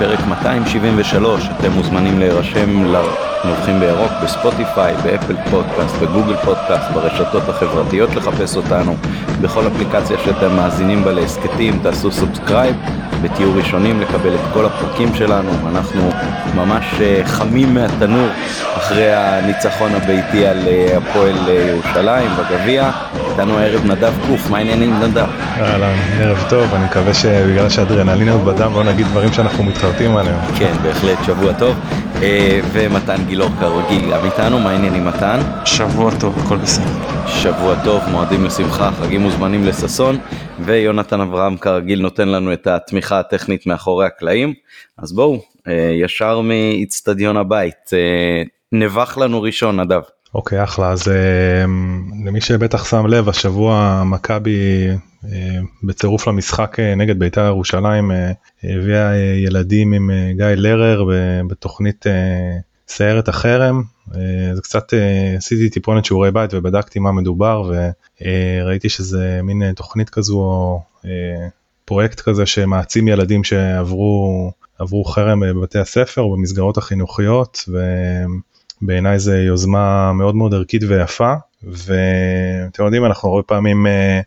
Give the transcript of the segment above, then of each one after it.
פרק 273. אתם מוזמנים להירשם לנובחים בירוק בספוטיפיי, באפל פודקאסט, בגוגל פודקאסט, ברשתות החברתיות לחפש אותנו, בכל אפליקציה שאתם מאזינים בה להסקטים, תעשו סובסקרייב ותהיו ראשונים לקבל את כל הפרקים שלנו. אנחנו ממש חמים מהתנור אחרי הניצחון הביתי על הפועל ירושלים בגביע. איתנו הערב נדב קוף, מה העניינים נדב? אהלן, ערב טוב, אני מקווה שבגלל שהאדרנלין עוד בדם לא נגיד דברים שאנחנו מתחרטים עליהם. כן, בהחלט, שבוע טוב. ומתן גילור כרגיל גם איתנו, מה העניינים מתן? שבוע טוב, הכל בסדר. שבוע טוב, מועדים לשמחה, חגים מוזמנים לששון, ויונתן אברהם כרגיל נותן לנו את התמיכה הטכנית מאחורי הקלעים. אז בואו, ישר מאצטדיון הבית, נבח לנו ראשון נדב. אוקיי, אחלה. אז למי שבטח שם לב, השבוע מכבי בצירוף למשחק נגד בית"ר ירושלים הביאה ילדים עם גיא לרר בתוכנית סיירת החרם. זה קצת עשיתי טיפונת שיעורי בית ובדקתי מה מדובר, וראיתי שזה מין תוכנית כזו או פרויקט כזה שמעצים ילדים שעברו חרם בבתי הספר או במסגרות החינוכיות, בעיניי זה יוזמה מאוד מאוד ערכית ויפה, ואתם יודעים, אנחנו הרבה פעמים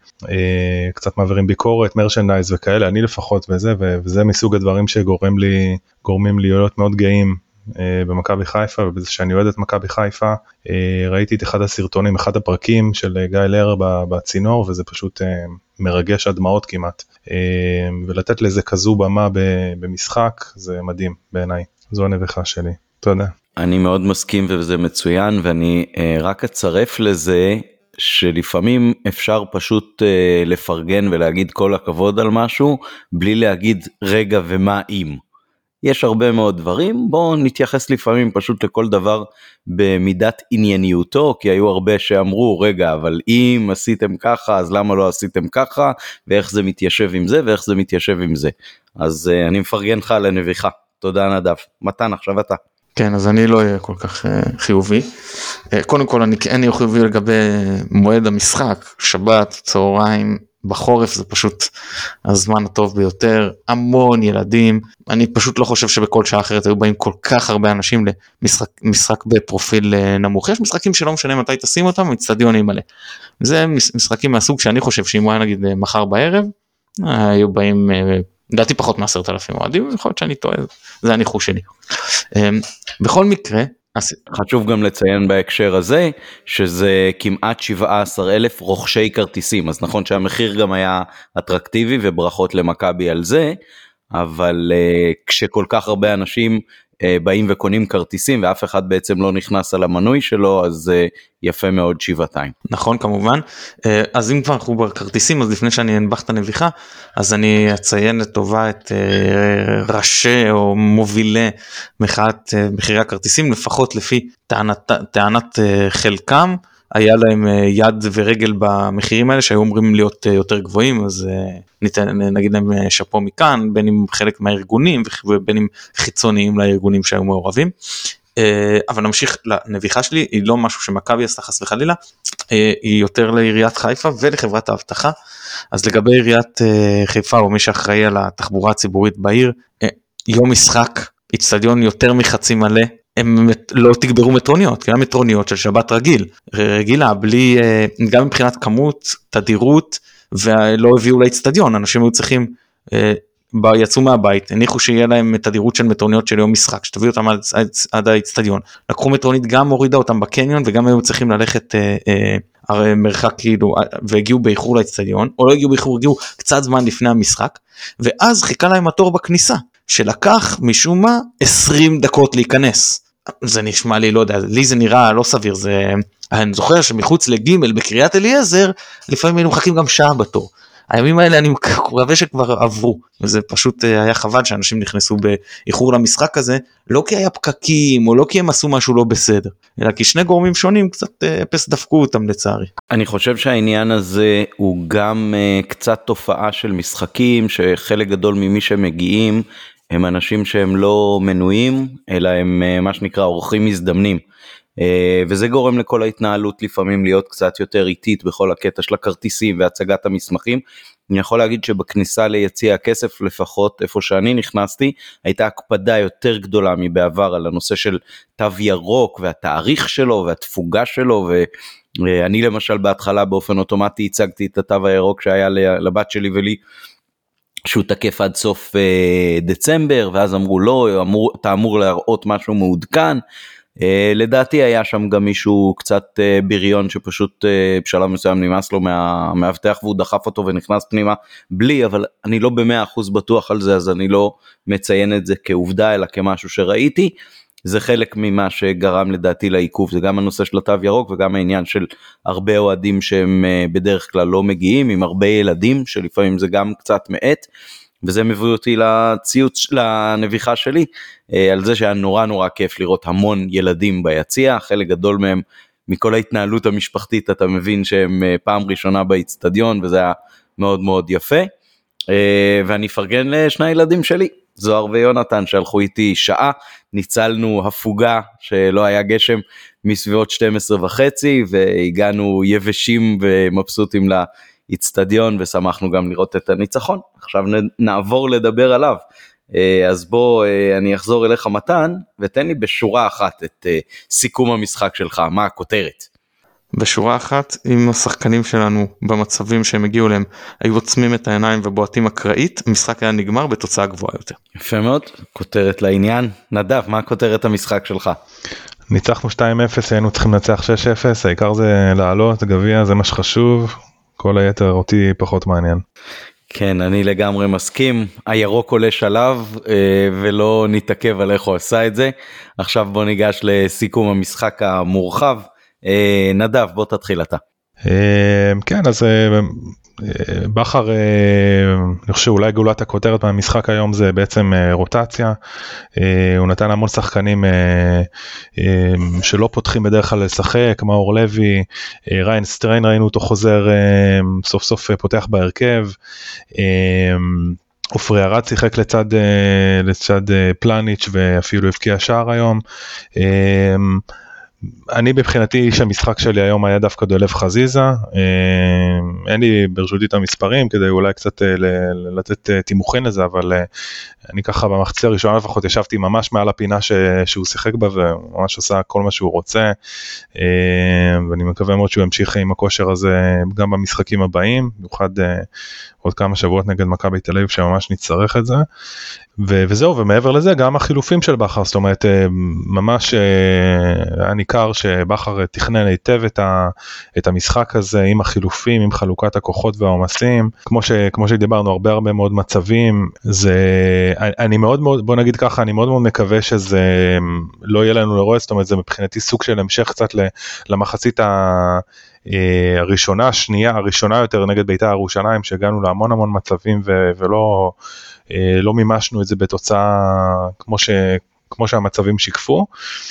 קצת מעבירים ביקורת, מרשנדייז וכאלה, אני לפחות וזה מסוג הדברים שגורמים לי להיות מאוד גאים במכבי חיפה, ובזה שאני אוהד את מכבי חיפה. ראיתי את אחד הסרטונים, אחד הפרקים של גיא לרר בצינור, וזה פשוט מרגש עד דמעות כמעט, ולתת לזה כזו במה במשחק, זה מדהים בעיניי, זו הנביכה שלי. תודה. אני מאוד מסכים וזה מצוין, ואני רק אצרף לזה שלפעמים אפשר פשוט לפרגן ולהגיד כל הכבוד על משהו, בלי להגיד רגע ומה אם. יש הרבה מאוד דברים, בואו נתייחס לפעמים פשוט לכל דבר במידת ענייניותו, כי היו הרבה שאמרו, רגע, אבל אם עשיתם ככה, אז למה לא עשיתם ככה, ואיך זה מתיישב עם זה, ואיך זה מתיישב עם זה. אז אני מפרגן לך על הנביכה. תודה נדב. מתן, עכשיו אתה. כן, אז אני לא אהיה כל כך חיובי. קודם כל, אני כן אהיה חיובי לגבי מועד המשחק, שבת, צהריים, בחורף, זה פשוט הזמן הטוב ביותר, המון ילדים, אני פשוט לא חושב שבכל שעה אחרת היו באים כל כך הרבה אנשים למשחק בפרופיל נמוך. יש משחקים שלא משנה מתי תשים אותם, אצטדיונים מלא. זה משחקים מהסוג שאני חושב שאם הוא היה נגיד מחר בערב, היו באים לדעתי פחות מ10,000 אוהדים, יכול להיות שאני טועה, זה הניחוש שלי. בכל מקרה, חשוב גם לציין בהקשר הזה, שזה כמעט 17,000 רוכשי כרטיסים, אז נכון שהמחיר גם היה אטרקטיבי, וברכות למכבי על זה, אבל כשכל כך הרבה אנשים באים וקונים כרטיסים, ואף אחד בעצם לא נכנס על המנוי שלו, אז יפה מאוד שבעתיים. נכון, כמובן. אז אם כבר אנחנו בכרטיסים, אז לפני שאני אנבח את הנביחה, אז אני אציין לטובה את ראשי או מובילי מחאת מחירי הכרטיסים, לפחות לפי טענת חלקם, היה להם יד ורגל במחירים האלה שהיו אומרים להיות יותר גבוהים, אז נגיד להם שפו מכאן, בין אם חלק מהארגונים ובין אם חיצוניים לארגונים שהיו מעורבים. אבל נמשיך לנביחה שלי, היא לא משהו שמכבי עשתה חס וחלילה, היא יותר לעיריית חיפה ולחברת האבטחה. אז לגבי עיריית חיפה או מי שאחראי על התחבורה הציבורית בעיר, יום משחק, אצטדיון יותר מחצי מלא, הם לא תגברו מטרוניות, כי המטרוניות של שבת רגילה, בלי, גם מבחינת כמות, תדירות, ולא הביאו לאצטדיון, אנשים היו צריכים, יצאו מהבית, הניחו שיהיה להם תדירות של מטרוניות של יום משחק, שתביאו אותם עד האצטדיון, לקחו מטרונית, גם הורידה אותם בקניון, וגם היו צריכים ללכת מרחק כאילו, והגיעו באיחור לאצטדיון, או לא הגיעו באיחור, הגיעו קצת זמן לפני המשחק, ואז חיכה להם התור בכניסה, שלקח משום מה 20 דקות להיכנס. זה נשמע לי, לא יודע, לי זה נראה לא סביר, אני זוכר שמחוץ לגימל בקריית אליעזר, לפעמים היינו מחכים גם שעה בתור. הימים האלה אני מקווה שכבר עברו, וזה פשוט היה חבל שאנשים נכנסו באיחור למשחק הזה, לא כי היה פקקים, או לא כי הם עשו משהו לא בסדר, אלא כי שני גורמים שונים קצת פס דפקו אותם לצערי. אני חושב שהעניין הזה הוא גם קצת תופעה של משחקים, שחלק גדול ממי שמגיעים, הם אנשים שהם לא מנויים, אלא הם מה שנקרא אורחים מזדמנים, וזה גורם לכל ההתנהלות לפעמים להיות קצת יותר איטית בכל הקטע של הכרטיסים והצגת המסמכים, אני יכול להגיד שבכניסה ליציע הכסף, לפחות איפה שאני נכנסתי, הייתה הקפדה יותר גדולה מבעבר על הנושא של תו ירוק והתאריך שלו והתפוגה שלו, ואני למשל בהתחלה באופן אוטומטי הצגתי את התו הירוק שהיה לבת שלי ולי, שהוא תקף עד סוף דצמבר, ואז אמרו לא, אתה אמור להראות משהו מעודכן. לדעתי היה שם גם מישהו קצת בריון שפשוט בשלב מסוים נמאס לו מהמאבטח והוא דחף אותו ונכנס פנימה בלי, אבל אני לא ב100% בטוח על זה, אז אני לא מציין את זה כעובדה אלא כמשהו שראיתי. זה חלק ממה שגרם לדעתי לעיכוב, זה גם הנושא של התו ירוק וגם העניין של הרבה אוהדים שהם בדרך כלל לא מגיעים, עם הרבה ילדים שלפעמים זה גם קצת מעט, וזה מביא אותי לציוץ, לנביחה שלי, על זה שהיה נורא נורא כיף לראות המון ילדים ביציע, חלק גדול מהם מכל ההתנהלות המשפחתית, אתה מבין שהם פעם ראשונה באצטדיון, וזה היה מאוד מאוד יפה, ואני אפרגן לשני הילדים שלי, זוהר ויונתן, שהלכו איתי שעה, ניצלנו הפוגה שלא היה גשם מסביבות 12:30, והגענו יבשים ומבסוטים לאצטדיון, ושמחנו גם לראות את הניצחון. עכשיו נעבור לדבר עליו. אז בוא, אני אחזור אליך מתן, ותן לי בשורה אחת את סיכום המשחק שלך, מה הכותרת? בשורה אחת, אם השחקנים שלנו במצבים שהם הגיעו להם היו עוצמים את העיניים ובועטים אקראית, המשחק היה נגמר בתוצאה גבוהה יותר. יפה מאוד, כותרת לעניין. נדב, מה הכותרת המשחק שלך? ניצחנו 2-0, היינו צריכים לנצח 6-0, העיקר זה לעלות, גביע, זה מה שחשוב, כל היתר אותי פחות מעניין. כן, אני לגמרי מסכים, הירוק עולה שלב ולא נתעכב על איך הוא עשה את זה. עכשיו בוא ניגש לסיכום המשחק המורחב. נדב, בוא תתחיל אתה. כן, אז בכר, אני חושב שאולי גאולת הכותרת מהמשחק היום זה בעצם רוטציה, הוא נתן המון שחקנים שלא פותחים בדרך כלל לשחק, מאור לוי, ריין סטריין ראינו אותו חוזר, סוף סוף פותח בהרכב, עופרי ארד שיחק לצד פלניץ' ואפילו הבקיע שער היום. אני מבחינתי שהמשחק שלי היום היה דווקא דולב חזיזה, אין לי ברשותי את המספרים כדי אולי קצת לתת תימוכין לזה, אבל אני ככה במחצית הראשונה לפחות ישבתי ממש מעל הפינה שהוא שיחק בה וממש עושה כל מה שהוא רוצה, ואני מקווה מאוד שהוא ימשיך עם הכושר הזה גם במשחקים הבאים, במיוחד עוד כמה שבועות נגד מכבי תל אביב שממש נצטרך את זה, וזהו, ומעבר לזה גם החילופים של בכר, זאת אומרת ממש היה ניכר שבכר תכנן היטב את המשחק הזה עם החילופים, עם חלוקת הכוחות והעומסים, כמו שדיברנו הרבה מאוד מצבים, אני מאוד מאוד, בוא נגיד ככה, אני מאוד מאוד מקווה שזה לא יהיה לנו לראות, זאת אומרת זה מבחינתי סוג של המשך קצת למחצית הראשונה, הראשונה יותר נגד בית"ר ירושלים, שהגענו להמון המון מצבים ולא לא מימשנו את זה בתוצאה כמו שהמצבים שיקפו,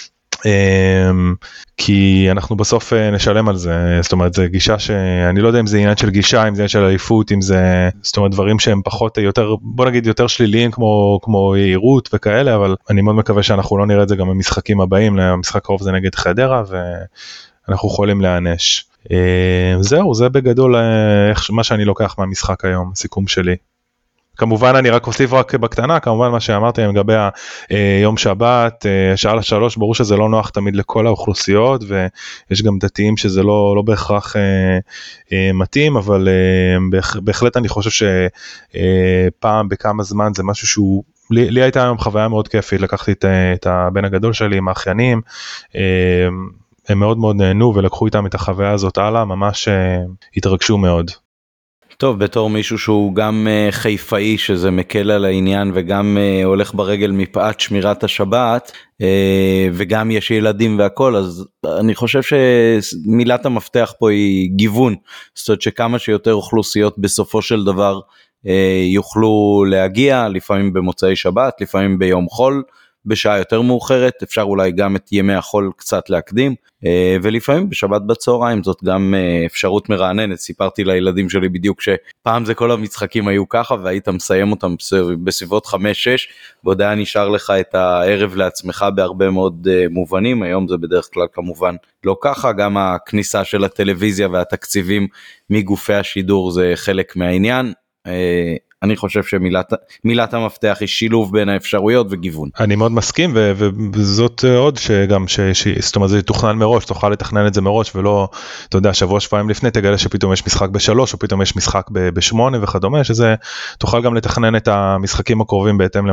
כי אנחנו בסוף נשלם על זה, זאת אומרת זה גישה שאני לא יודע אם זה עניין של גישה, אם זה עניין של עליפות, אם זה, זאת אומרת דברים שהם פחות יותר, בוא נגיד יותר שליליים כמו יעירות וכאלה, אבל אני מאוד מקווה שאנחנו לא נראה את זה גם במשחקים הבאים, המשחק קרוב זה נגד חדרה ואנחנו יכולים להיענש. זהו, זה בגדול מה שאני לוקח מהמשחק היום, הסיכום שלי. כמובן אני רק אוסיף רק בקטנה, כמובן מה שאמרתי לגבי יום שבת, שעה ל3, ברור שזה לא נוח תמיד לכל האוכלוסיות, ויש גם דתיים שזה לא בהכרח מתאים, אבל בהחלט אני חושב שפעם בכמה זמן זה משהו שהוא, לי הייתה היום חוויה מאוד כיפית, לקחתי את הבן הגדול שלי עם האחיינים, הם מאוד מאוד נהנו ולקחו איתם את החוויה הזאת הלאה, ממש התרגשו מאוד. טוב, בתור מישהו שהוא גם חיפאי שזה מקל על העניין וגם הולך ברגל מפאת שמירת השבת וגם יש ילדים והכל, אז אני חושב שמילת המפתח פה היא גיוון, זאת אומרת שכמה שיותר אוכלוסיות בסופו של דבר יוכלו להגיע, לפעמים במוצאי שבת, לפעמים ביום חול, בשעה יותר מאוחרת, אפשר אולי גם את ימי החול קצת להקדים, ולפעמים בשבת בצהריים, זאת גם אפשרות מרעננת, סיפרתי לילדים שלי בדיוק שפעם זה כל המשחקים היו ככה, והיית מסיים אותם בסביבות 5-6, ועוד היה נשאר לך את הערב לעצמך בהרבה מאוד מובנים, היום זה בדרך כלל כמובן לא ככה, גם הכניסה של הטלוויזיה והתקציבים מגופי השידור זה חלק מהעניין, אני חושב שמילת המפתח היא שילוב בין האפשרויות וגיוון. אני מאוד מסכים, וזאת עוד שגם, זאת אומרת, זה תוכנן מראש, תוכל לתכנן את זה מראש, ולא, אתה יודע, שבוע, שבועיים לפני, תגלה שפתאום יש משחק ב3, או פתאום יש משחק ב8 וכדומה, שזה, תוכל גם לתכנן את המשחקים הקרובים בהתאם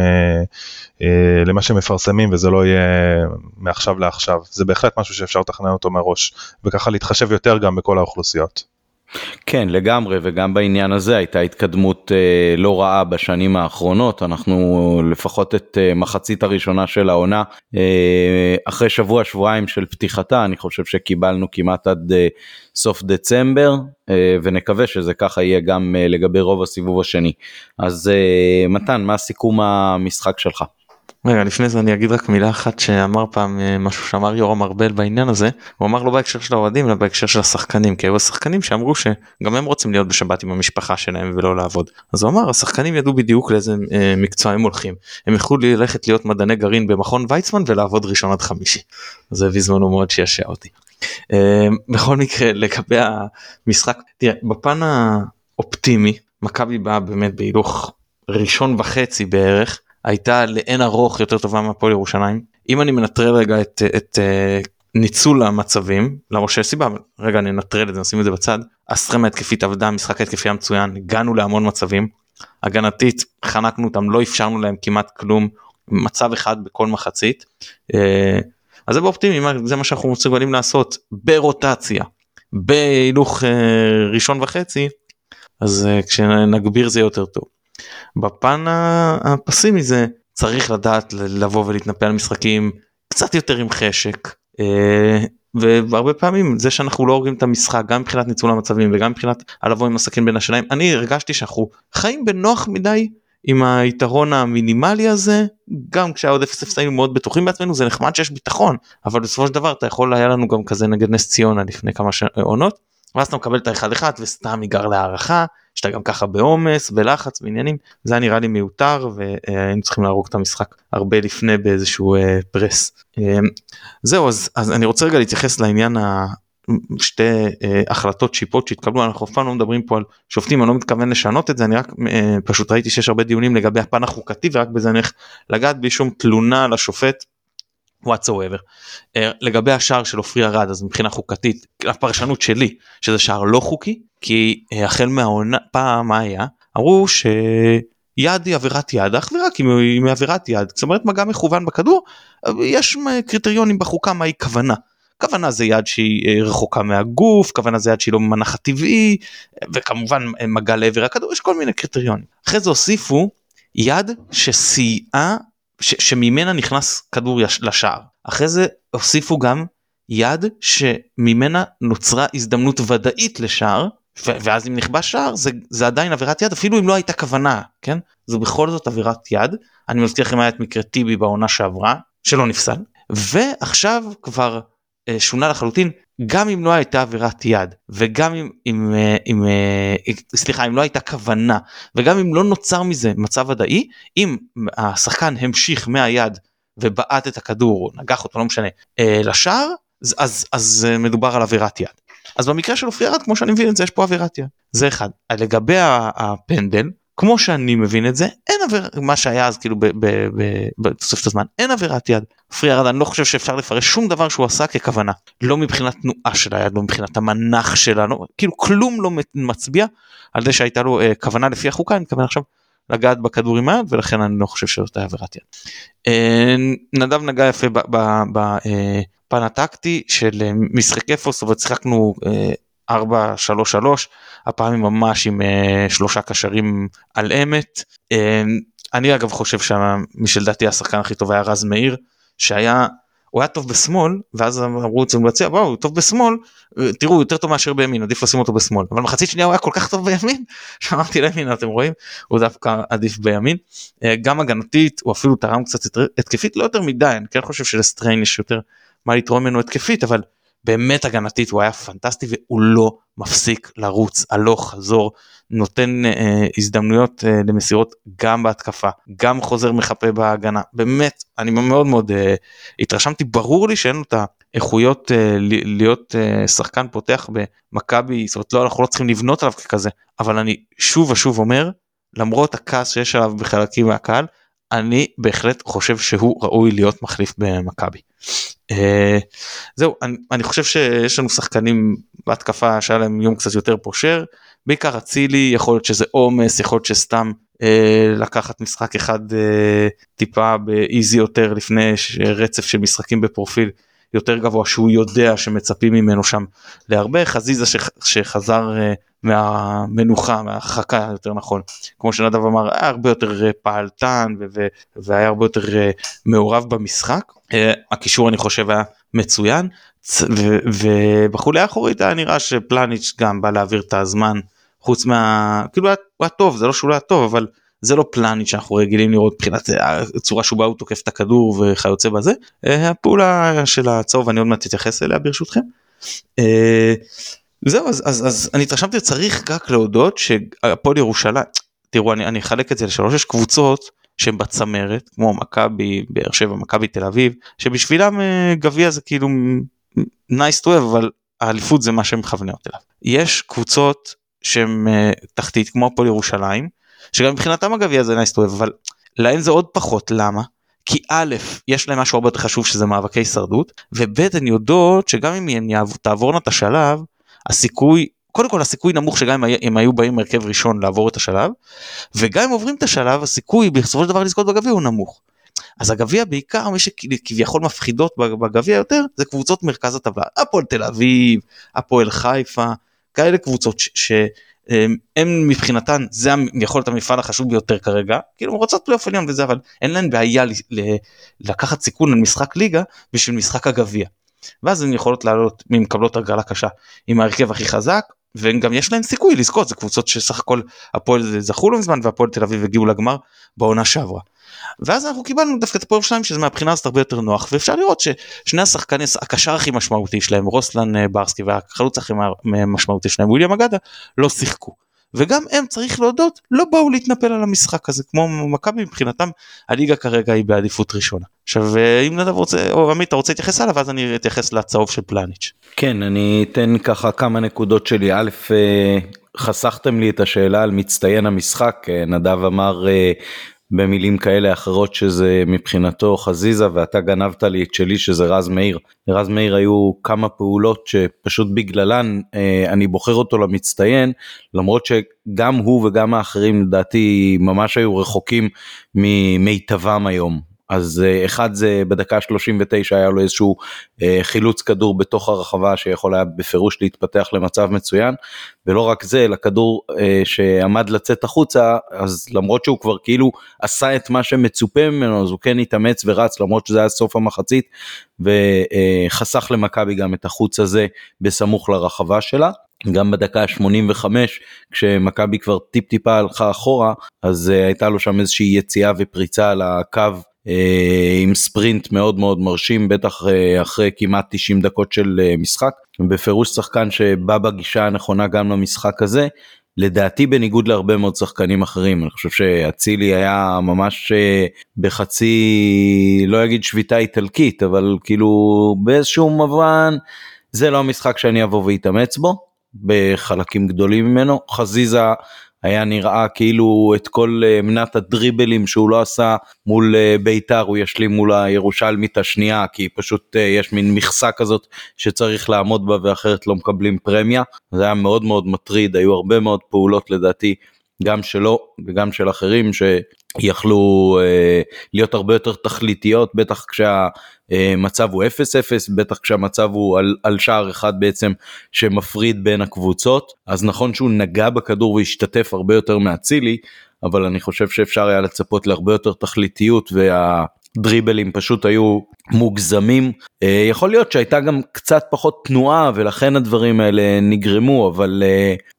למה שמפרסמים, וזה לא יהיה מעכשיו לעכשיו. זה בהחלט משהו שאפשר לתכנן אותו מראש, וככה להתחשב יותר גם בכל האוכלוסיות. כן, לגמרי, וגם בעניין הזה הייתה התקדמות לא רעה בשנים האחרונות, אנחנו לפחות את מחצית הראשונה של העונה, אחרי שבועיים של פתיחתה, אני חושב שקיבלנו כמעט עד סוף דצמבר, ונקווה שזה ככה יהיה גם לגבי רוב הסיבוב השני. אז מתן, מה סיכום המשחק שלך? רגע, לפני זה אני אגיד רק מילה אחת שאמר פעם משהו שאמר יורם ארבל בעניין הזה, הוא אמר לא בהקשר של האוהדים, אלא בהקשר של השחקנים, כי היו השחקנים שאמרו שגם הם רוצים להיות בשבת עם המשפחה שלהם ולא לעבוד. אז הוא אמר, השחקנים ידעו בדיוק לאיזה מקצוע הם הולכים, הם יכלו ללכת להיות מדעני גרעין במכון ויצמן ולעבוד ראשון עד חמישי. זה בזמנו מאוד שישע אותי. בכל מקרה, לגבי המשחק, תראה, בפן האופטימי, מכבי באה באמת בהילוך ראשון וחצי בערך, הייתה לאין ארוך יותר טובה מהפועל ירושלים. אם אני מנטרל רגע את ניצול המצבים, למרות שיש סיבה, רגע אני נטרל את זה, נשים את זה בצד, הסטרמה התקפית עבדה, המשחק התקפי המצוין, הגענו להמון מצבים, הגנתית חנקנו אותם, לא אפשרנו להם כמעט כלום, מצב אחד בכל מחצית, אז זה באופטימי, זה מה שאנחנו מסוגלים לעשות, ברוטציה, בהילוך ראשון וחצי, אז כשנגביר זה יותר טוב. בפן הפסימי זה צריך לדעת לבוא ולהתנפל על משחקים קצת יותר עם חשק, והרבה פעמים זה שאנחנו לא הורגים את המשחק גם מבחינת ניצול המצבים וגם מבחינת לבוא עם הסכין בין השניים, אני הרגשתי שאנחנו חיים בנוח מדי עם היתרון המינימלי הזה, גם כשהעוד 0-0 היינו מאוד בטוחים בעצמנו, זה נחמד שיש ביטחון, אבל בסופו של דבר אתה יכול, היה לנו גם כזה נגד נס ציונה לפני כמה עונות, ואז אתה מקבל את ה1-1 וסתם ייגר להערכה, שאתה גם ככה בעומס, בלחץ, בעניינים, זה נראה לי מיותר, והיינו צריכים להרוג את המשחק הרבה לפני באיזשהו פרס. זהו, אז אני רוצה רגע להתייחס לעניין שתי החלטות שיפוט שהתקבלו, אנחנו אף פעם לא מדברים פה על שופטים, אני לא מתכוון לשנות את זה, אני רק פשוט ראיתי שיש הרבה דיונים לגבי הפן החוקתי, ורק בזה אני הולך לגעת בלי שום תלונה לשופט, whatsoever. לגבי השער של אופרי ארד, אז מבחינה חוקתית, הפרשנות שלי, שזה שער לא חוקי, כי החל מהעונה, פעם מה היה, אמרו שיד היא עבירת יד, אך ורק אם היא מעבירת יד, זאת אומרת מגע מכוון בכדור, יש קריטריונים בחוקה מהי כוונה. כוונה זה יד שהיא רחוקה מהגוף, כוונה זה יד שהיא לא במנח הטבעי, וכמובן מגע לעבר הכדור, יש כל מיני קריטריונים. אחרי זה הוסיפו יד שסייעה, שממנה נכנס כדור לשער. אחרי זה הוסיפו גם יד שממנה נוצרה הזדמנות ודאית לשער, ואז אם נכבש שער זה עדיין עבירת יד, אפילו אם לא הייתה כוונה, כן? זו בכל זאת עבירת יד. אני מבטיח אם היה את מקרה טיבי בעונה שעברה, שלא נפסל, ועכשיו כבר שונה לחלוטין, גם אם לא הייתה עבירת יד, וגם אם לא הייתה כוונה, וגם אם לא נוצר מזה מצב ודאי, אם השחקן המשיך מהיד ובעט את הכדור, או נגח אותו, לא משנה, לשער, אז מדובר על עבירת יד. אז במקרה של אופרי ארד, כמו שאני מבין את זה, יש פה עבירת יד. זה אחד. לגבי הפנדל, כמו שאני מבין את זה, אין עבירת, מה שהיה אז כאילו בתוספת הזמן, אין עבירת יד. אופרי ארד, אני לא חושב שאפשר לפרש שום דבר שהוא עשה ככוונה. לא מבחינת תנועה של היד, לא מבחינת המנח שלנו, כאילו כלום לא מצביע על זה שהייתה לו כוונה לפי החוקה, אני מתכוון עכשיו לגעת בכדור עם היד, ולכן אני לא חושב שזאת עבירת יד. נדב נגע יפה בפן הטקטי של משחקי פוס, וצחקנו 4-3-3, הפעמים ממש עם 3 קשרים על אמת. אני אגב חושב שמשלדתי השחקן הכי טוב היה רז מאיר, הוא היה טוב בשמאל, ואז אמרו אצלנו להציע, וואו, הוא טוב בשמאל, תראו, יותר טוב מאשר בימין, עדיף לשים אותו בשמאל, אבל מחצית שנייה הוא היה כל כך טוב בימין, שאמרתי לימין, אתם רואים, הוא דווקא עדיף בימין, גם הגנתית, הוא אפילו תרם קצת התקפית, לא יותר מדי, אני כן חושב שלסטריין יש יותר מה לתרום ממנו התקפית, אבל באמת הגנתית הוא היה פנטסטי, והוא לא מפסיק לרוץ, הלוך חזור, נותן הזדמנויות למסירות גם בהתקפה, גם חוזר מחפה בהגנה, באמת, אני מאוד מאוד התרשמתי, ברור לי שאין לו את האיכויות להיות שחקן פותח במכבי, זאת אומרת, לא, אנחנו לא צריכים לבנות עליו ככזה, אבל אני שוב ושוב אומר, למרות הכעס שיש עליו בחלקים מהקהל, אני בהחלט חושב שהוא ראוי להיות מחליף במכבי. זהו, אני חושב שיש לנו שחקנים בהתקפה שהיה להם יום קצת יותר פושר, בעיקר אצילי, יכול להיות שזה עומס, יכול להיות שסתם לקחת משחק אחד טיפה באיזי יותר לפני רצף של משחקים בפרופיל יותר גבוה, שהוא יודע שמצפים ממנו שם להרבה, חזיזה שחזר מהמנוחה, מהחכה יותר נכון, כמו שנדב אמר, היה הרבה יותר פעלתן והיה הרבה יותר מעורב במשחק, הקישור אני חושב היה מצוין, ובחולי האחורית היה נראה שפלניץ' גם בא להעביר את הזמן, חוץ כאילו הוא היה טוב, זה לא שהוא לא היה טוב, אבל זה לא פלניץ' שאנחנו רגילים לראות מבחינת הצורה שהוא בא, הוא תוקף את הכדור וכיוצא בזה, הפעולה של הצהוב, אני עוד מעט תתייחס אליה ברשותכם. זהו, אז אני התרשמתי, צריך רק להודות שהפועל ירושלים, תראו, אני אחלק את זה לשלוש, יש קבוצות שהן בצמרת, כמו מכבי באר שבע, מכבי תל אביב, שבשבילם גביע זה כאילו nice to have, אבל האליפות זה מה שהן מכוונות אליו. יש קבוצות שהן תחתית, כמו הפועל ירושלים, שגם מבחינתם הגביע זה nice to have, אבל להן זה עוד פחות, למה? כי א', יש להם משהו הרבה יותר חשוב שזה מאבקי הישרדות, וב' הן יודעות שגם אם הן תעבורנה את השלב, הסיכוי, קודם כל הסיכוי נמוך שגם אם היו באים מרכב ראשון לעבור את השלב, וגם אם עוברים את השלב, הסיכוי בסופו של דבר לזכות בגביע הוא נמוך. אז הגביע בעיקר, מי שכביכול מפחידות בגביע יותר, זה קבוצות מרכז הטבלה, הפועל תל אביב, הפועל חיפה, כאלה קבוצות הם מבחינתן, זה יכול להיות המפעל החשוב ביותר כרגע, כאילו רוצות פלייאוף עליון וזה, אבל אין להן בעיה לקחת סיכון על משחק ליגה, בשביל משחק הגביע. ואז הן יכולות לעלות ממקבלות הרגלה קשה עם ההרכב הכי חזק, וגם יש להן סיכוי לזכות, זה קבוצות שסך הכל הפועל זכו לו מזמן, והפועל תל אביב הגיעו לגמר בעונה שעברה. ואז אנחנו קיבלנו דווקא את הפועל ירושלים, שזה מהבחינה הזאת הרבה יותר נוח, ואפשר לראות ששני השחקנים, הקשר הכי משמעותי שלהם, רוסלן ברסקי, והחלוץ הכי משמעותי שלהם, וויליאם אגדה, לא שיחקו. וגם הם, צריך להודות, לא באו להתנפל על המשחק הזה, כמו מכבי מבחינתם, הליגה כרגע היא בעדיפות ראשונה. עכשיו, אם נדב רוצה, או עמית, אתה רוצה להתייחס עליו, אז אני אתייחס לצהוב של פלניץ'. כן, אני אתן ככה כמה נקודות שלי. א', חסכתם לי את השאלה על מצטיין המשחק, נדב אמר במילים כאלה אחרות שזה מבחינתו חזיזה, ואתה גנבת לי את שלי שזה רז מאיר. לרז מאיר היו כמה פעולות שפשוט בגללן אני בוחר אותו למצטיין, למרות שגם הוא וגם האחרים לדעתי ממש היו רחוקים ממיטבם היום. אז אחד זה בדקה 39 היה לו איזשהו חילוץ כדור בתוך הרחבה שיכול היה בפירוש להתפתח למצב מצוין, ולא רק זה, לכדור שעמד לצאת החוצה, אז למרות שהוא כבר כאילו עשה את מה שמצופה ממנו, אז הוא כן התאמץ ורץ, למרות שזה היה סוף המחצית, וחסך למכבי גם את החוץ הזה בסמוך לרחבה שלה. גם בדקה 85, כשמכבי כבר טיפה הלכה אחורה, אז הייתה לו שם איזושהי יציאה ופריצה על הקו, עם ספרינט מאוד מאוד מרשים, בטח אחרי כמעט 90 דקות של משחק, בפירוש שחקן שבא בגישה הנכונה גם למשחק הזה, לדעתי בניגוד להרבה מאוד שחקנים אחרים. אני חושב שאצילי היה ממש בחצי, לא אגיד שביתה איטלקית, אבל כאילו באיזשהו מובן, זה לא המשחק שאני אבוא והתאמץ בו, בחלקים גדולים ממנו. חזיזה היה נראה כאילו את כל מנת הדריבלים שהוא לא עשה מול ביתר, הוא ישלים מול הירושלמית השנייה, כי פשוט יש מין מכסה כזאת שצריך לעמוד בה, ואחרת לא מקבלים פרמיה. זה היה מאוד מאוד מטריד, היו הרבה מאוד פעולות לדעתי, גם שלו וגם של אחרים, שיכלו להיות הרבה יותר תכליתיות, בטח כשהמצב הוא 0-0, בטח כשהמצב הוא על שער אחד בעצם שמפריד בין הקבוצות. אז נכון שהוא נגע בכדור והשתתף הרבה יותר מאצילי, אבל אני חושב שאפשר היה לצפות להרבה יותר תכליתיות, והדריבלים פשוט היו מוגזמים. יכול להיות שהייתה גם קצת פחות תנועה, ולכן הדברים האלה נגרמו, אבל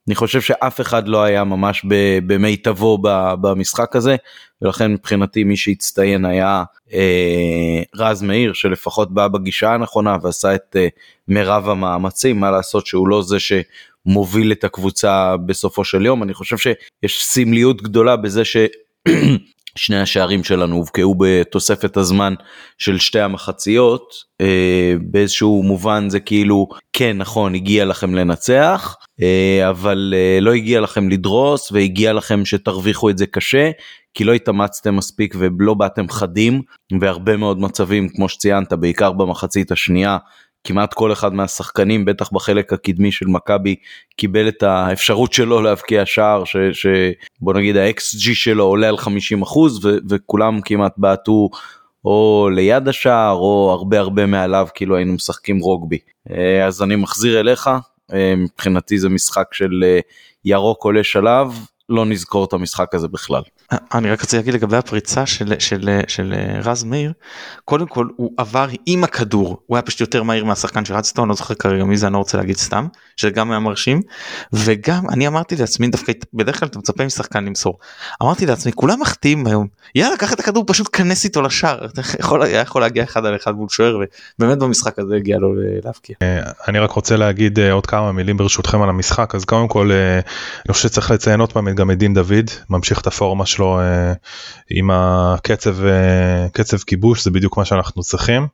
אני חושב שאף אחד לא היה ממש במיטבו במשחק הזה, ולכן מבחינתי מי שהצטיין היה רז מאיר, שלפחות בא בגישה הנכונה ועשה את מרב המאמצים. מה לעשות שהוא לא זה שמוביל את הקבוצה בסופו של יום. אני חושב שיש סמליות גדולה בזה שני השערים שלנו הובקעו בתוספת הזמן של שתי המחציות. באיזשהו מובן זה כאילו, כן נכון, הגיע לכם לנצח, אבל לא הגיע לכם לדרוס, והגיע לכם שתרוויחו את זה קשה, כי לא התאמצתם מספיק ולא באתם חדים, והרבה מאוד מצבים, כמו שציינת, בעיקר במחצית השנייה, כמעט כל אחד מהשחקנים, בטח בחלק הקדמי של מכבי, קיבל את האפשרות שלו להבקיע שער, שבוא נגיד ה-XG שלו עולה על 50%, וכולם כמעט בעטו או ליד השער, או הרבה מעליו, כאילו היינו משחקים רוגבי. אז אני מחזיר אליך, מבחינתי זה משחק של ירוק עולה שלב, לא נזכור את המשחק הזה בכלל. אני רק רוצה להגיד לגבי הפריצה של רז מאיר, קודם כל הוא עבר עם הכדור, הוא היה פשוט יותר מהיר מהשחקן שרץ איתו, אני לא זוכר כרגע מי זה, אני לא רוצה להגיד סתם, שזה גם היה מרשים, וגם אני אמרתי לעצמי, דווקא בדרך כלל אתה מצפה משחקן למסור, אמרתי לעצמי, כולם מחטיאים היום, יאללה, קח את הכדור, פשוט כנס איתו לשער, אתה יכול להגיע אחד על אחד מול שוער, ובאמת במשחק הזה הגיע לו להבקיע. אני רק רוצה להגיד עוד כמה מילים ברשותכם על המשחק, אז קודם כל, אני חושב שצריך לציין עוד פעם גם את דין דוד, ממשיך את הפורמה שלו עם הקצב כיבוש, זה בדיוק מה שאנחנו צריכים.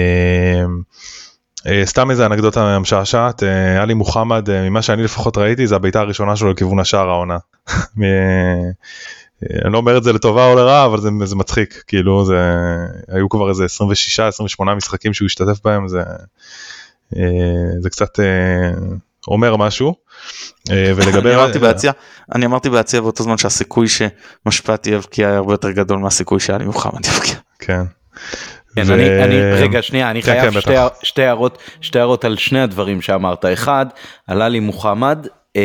סתם איזה אנקדוטה משעשעת, עלי מוחמד, ממה שאני לפחות ראיתי, זה הביתה הראשונה שלו לכיוון השער העונה. אני לא אומר את זה לטובה או לרע, אבל זה מצחיק, כאילו היו כבר איזה 26-28 משחקים שהוא השתתף בהם, זה קצת אומר משהו. ולגבי אני אמרתי בהציע באותו זמן שהסיכוי שמשפטי יבקיע היה הרבה יותר גדול מהסיכוי שעלי מוחמד יבקיע. כן. רגע שנייה, אני חייב שתי הערות על שני הדברים שאמרת. אחד, על עלי מוחמד,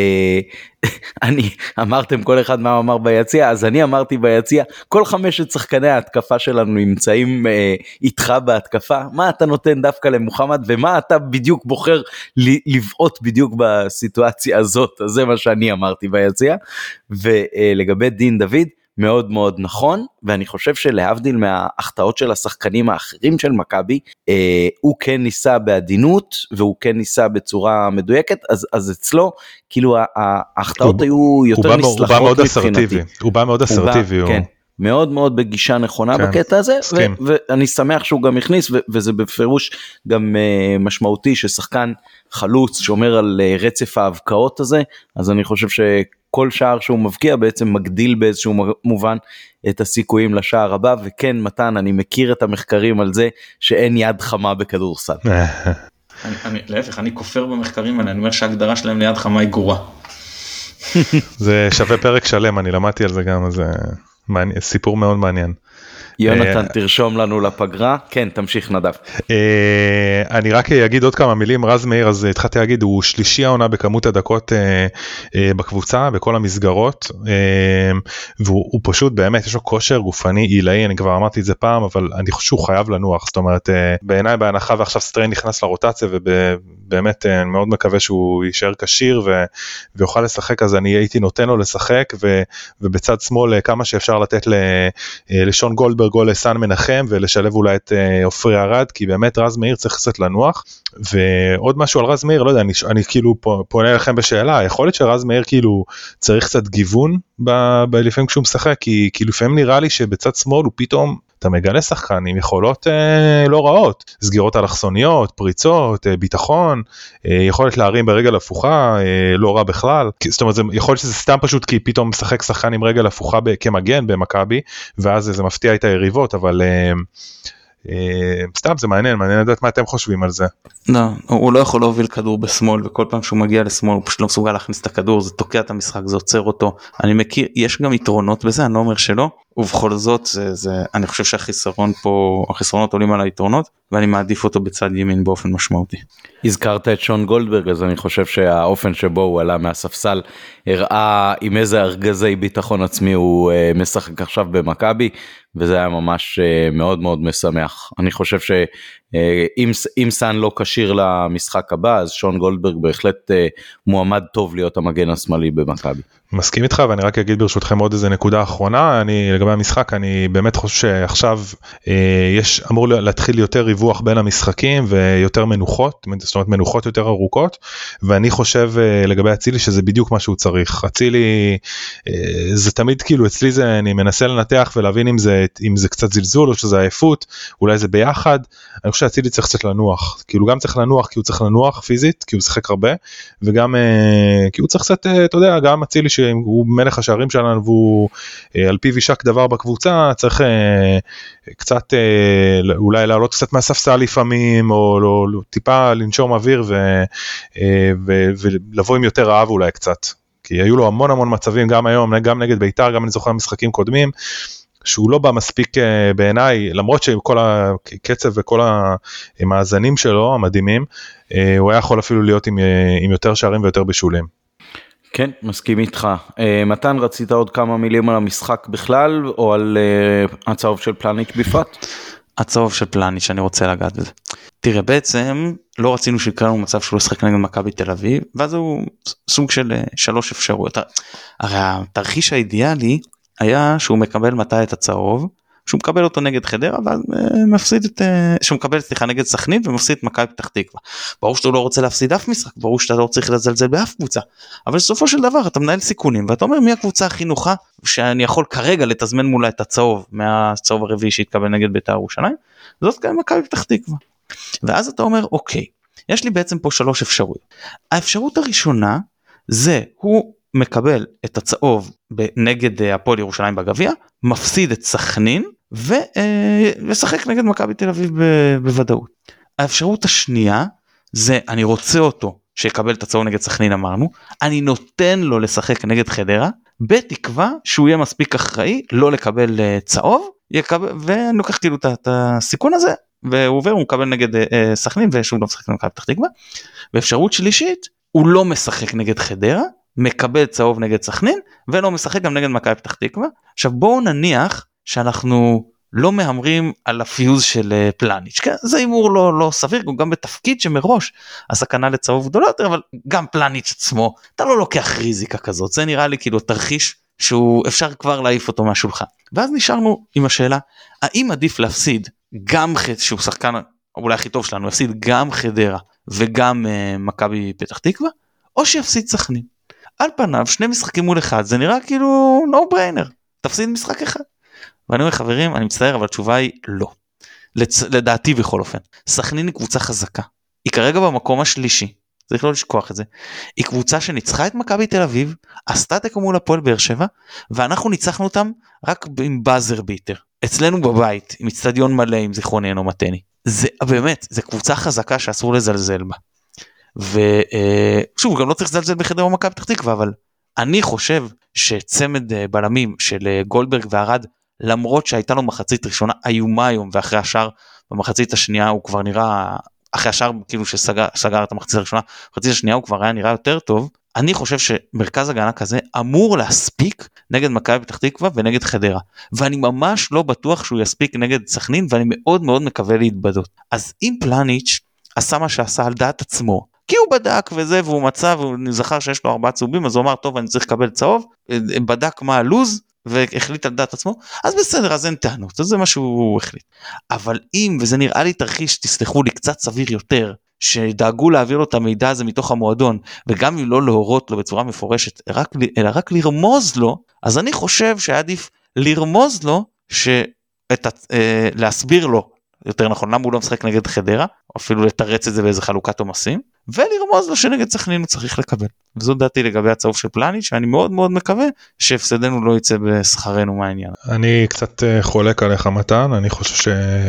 אמרתם כל אחד מה אמר ביציע, אז אני אמרתי ביציע, כל 5 שחקני ההתקפה שלנו נמצאים איתך בהתקפה, מה אתה נותן דווקא למוחמד, ומה אתה בדיוק בוחר לבעוט בדיוק בסיטואציה הזאת, אז זה מה שאני אמרתי ביציע. ולגבי דין דוד, מאוד מאוד נכון, ואני חושב שלהבדיל מההחטאות של השחקנים האחרים של מכבי, הוא כן ניסה בעדינות, והוא כן ניסה בצורה מדויקת, אז אצלו, כאילו ההחטאות היו יותר נסלחות מבחינתי. הוא בא מאוד אסרטיבי. כן, מאוד מאוד בגישה נכונה בקטע הזה, ואני שמח שהוא גם הכניס, וזה בפירוש גם משמעותי, ששחקן חלוץ שומר על רצף ההבקעות הזה, אז אני חושב כל שער שהוא מבקיע בעצם מגדיל באיזשהו מובן את הסיכויים לשער הבא, וכן מתן, אני מכיר את המחקרים על זה שאין יד חמה בכדורסל. להפך, אני כופר במחקרים האלה, אני אומר שההגדרה שלהם ליד חמה היא גרועה. זה שווה פרק שלם, אני למדתי על זה גם, אז סיפור מאוד מעניין. יונתן, תרשום לנו לפגרה. כן, תמשיך נדב. אני רק אגיד עוד כמה מילים. רז מאיר, אז התחלתי להגיד, הוא שלישי העונה בכמות הדקות בקבוצה, בכל המסגרות, והוא פשוט באמת, יש לו כושר גופני עילאי, אני כבר אמרתי את זה פעם, אבל אני חושב שהוא חייב לנוח, זאת אומרת, בעיניי בהנחה, ועכשיו סטריין נכנס לרוטציה, ובאמת אני מאוד מקווה שהוא יישאר כשיר, ויוכל לשחק, אז אני הייתי נותן לו לשחק, ובצד שמאל כמה שאפשר לתת לשון גולדברג או לסן מנחם, ולשלב אולי את אופרי ארד, כי באמת רז מאיר צריך קצת לנוח. ועוד משהו על רז מאיר, לא יודע, אני כאילו פונה לכם בשאלה, יכול להיות שרז מאיר כאילו צריך קצת גיוון לפעמים כשהוא משחק, כי לפעמים נראה לי שבצד שמאל הוא פתאום, אתה מגלה שחקן עם יכולות לא רעות, סגירות אלכסוניות, פריצות, ביטחון, יכולת להרים ברגל הפוכה, לא רע בכלל, זאת אומרת, יכול להיות שזה סתם פשוט כי פתאום משחק שחקן עם רגל הפוכה כמגן במכבי, ואז זה מפתיע את היריבות, אבל סתם זה מעניין לדעת מה אתם חושבים על זה. לא, הוא לא יכול להוביל כדור בשמאל, וכל פעם שהוא מגיע לשמאל הוא פשוט לא מסוגל להכניס את הכדור, זה תוקע את המשחק, זה עוצר אותו. אני מכיר, יש גם יתרונות בזה, אני לא אומר שלא, ובכל זאת אני חושב החסרונות עולים על היתרונות, ואני מעדיף אותו בצד ימין באופן משמעותי. הזכרת את שון גולדברג, אז אני חושב שהאופן שבו הוא עלה מהספסל הראה עם איזה ארגזי ביטחון עצמי הוא משחק עכשיו במכבי, וזה היה ממש מאוד מאוד משמח. אני חושב שאם סאן לא כשיר למשחק הבא, אז שון גולדברג בהחלט מועמד טוב להיות המגן השמאלי במכבי. מסכים איתך, ואני רק אגיד ברשותכם עוד איזה נקודה אחרונה, לגבי המשחק, אני באמת חושב שעכשיו אמור להתחיל יותר ריווח בין המשחקים, ויותר מנוחות, זאת אומרת מנוחות יותר ארוכות, ואני חושב לגבי אצילי שזה בדיוק מה שהוא צריך. אצילי, זה תמיד כאילו אצלי זה, אני מנסה לנתח ולהבין אם זה קצת זלזול, או שזה עייפות, אולי זה ביחד. אני חושב שאצילי צריך קצת לנוח, כאילו גם צריך לנוח כי הוא צריך לנוח פיזית, כי הוא שחק הרבה, וגם כי הוא צריך קצת, אתה יודע, גם אצילי שהוא מלך השערים שלנו, והוא על פיו יישק דבר בקבוצה, צריך קצת אולי לעלות קצת מהספסל לפעמים, או טיפה לנשום אוויר, ולבוא עם יותר רעב אולי קצת, כי היו לו המון מצבים, גם היום, גם נגד בית"ר, גם אני זוכר משחקים קודמים, שהוא לא בא מספיק בעיניי, למרות שכל הקצב וכל המאזנים שלו, המדהימים, הוא היה יכול אפילו להיות עם יותר שערים ויותר בישולים. כן, מסכים איתך. מתן, רצית עוד כמה מילים על המשחק בכלל, או על הצהוב של פלניץ' בפרט? הצהוב של פלניץ', אני רוצה לגעת בזה. תראה, בעצם לא רצינו שיקרה לנו מצב שהוא ישחק נגד מכבי תל אביב, ואז הוא סוג של 3 אפשרויות. הרי התרחיש האידיאלי היה שהוא מקבל מתי את הצהוב, שהוא מקבל אותו נגד חדרה, אבל שהוא מקבל נגד סכנין ומפסיד את מכבי פתח תקווה. ברור שאתה לא רוצה להפסיד אף משחק, ברור שאתה לא צריך לזלזל באף קבוצה, אבל בסופו של דבר אתה מנהל סיכונים, ואתה אומר מי הקבוצה הכי נוחה, שאני יכול כרגע לתזמן מולה את הצהוב, מהצהוב הרביעי שהתקבל נגד בית"ר ירושלים, זאת גם מכבי פתח תקווה. ואז אתה אומר אוקיי, יש לי בעצם פה 3 אפשרויות. האפשרות הראשונה, זה הוא מקבל את הצהוב נגד הפועל ירושלים בגביע, מפסיד את סכנין, ושחק נגד מכבי תל אביב בוודאות. האפשרות השנייה, זה אני רוצה אותו, שיקבל את הצהוב נגד סכנין אמרנו, אני נותן לו לשחק נגד חדרה, בתקווה שהוא יהיה מספיק אחראי, לא לקבל צהוב, ואני לוקח כאילו את הסיכון הזה, והוא עובר, הוא מקבל נגד סכנין, ושהוא לא משחק נגד מכבי פתח תקווה. ואפשרות שלישית, הוא לא משחק נגד חדרה, מקבל צהוב נגד סכנין, ולא משחק גם נגד מכבי פתח תקווה. עכשיו בואו נניח שאנחנו לא מהמרים על הפיוז של פלניץ', כן? זה אימור לא סביר, גם בתפקיד שמראש הסכנה לצהוב גדולה יותר, אבל גם פלניץ' עצמו, אתה לא לוקח ריזיקה כזאת, זה נראה לי כאילו תרחיש שהוא אפשר כבר להעיף אותו מהשולחן. ואז נשארנו עם השאלה, האם עדיף להפסיד גם שהוא שחקן אולי הכי טוב שלנו, יפסיד גם חדרה וגם מכבי פתח תקווה, או שיפסיד סכנין. על פניו 2 משחקים מול 1, זה נראה כאילו no brainer, תפסיד משחק אחד. ואני אומר חברים, אני מצטער, אבל התשובה היא לא. לדעתי בכל אופן. סכנין היא קבוצה חזקה. היא כרגע במקום השלישי. צריך לא לשכוח את זה. היא קבוצה שניצחה את מכבי תל אביב, עשתה תיקו מול הפועל באר שבע, ואנחנו ניצחנו אותם רק עם באזר ביטר. אצלנו בבית, עם אצטדיון מלא, עם זיכרוני אינו מתני. זה באמת, זה קבוצה חזקה שאסור לזלזל בה. ושוב, גם לא צריך לזלזל בחדרה ומכבי פתח תקווה, אבל אני חושב שצמד בלמים של גולדברג והרד, למרות שהייתה לו מחצית ראשונה איומה היום, ואחרי השאר במחצית השנייה הוא כבר נראה, אחרי השאר כאילו שסגר את המחצית הראשונה, במחצית השנייה הוא כבר היה נראה יותר טוב. אני חושב שמרכז הגנה כזה אמור להספיק נגד מכבי פתח תקווה ונגד חדרה, ואני ממש לא בטוח שהוא יספיק נגד סכנין, ואני מאוד מאוד מקווה להתבדות. אז אם פלניץ' עשה מה שעשה על דעת עצמו, כי הוא בדק וזה, והוא מצא, והוא זכר שיש לו 4 צהובים, אז הוא אמר, טוב, אני צריך לקבל צהוב, בדק מה הלוז, והחליט על דעת עצמו, אז בסדר, אז אין טענות, אז זה מה שהוא החליט. אבל אם, וזה נראה לי תרחיש, תסלחו לי, קצת סביר יותר, שדאגו להעביר לו את המידע הזה מתוך המועדון, וגם אם לא להורות לו בצורה מפורשת, אלא רק לרמוז לו, אז אני חושב שעדיף לרמוז לו, להסביר לו, יותר נכון, למה הוא לא משחק נגד חדרה, או אפילו לתרץ את זה באיזה חלוקת עומסים, ולרמוז לו שנגד סכנין הוא צריך לקבל. וזו דעתי לגבי הצהוב של פלניץ', שאני מאוד מאוד מקווה שהפסדנו לא יצא בשכרנו מהעניין. אני קצת חולק עליך מתן, אני חושב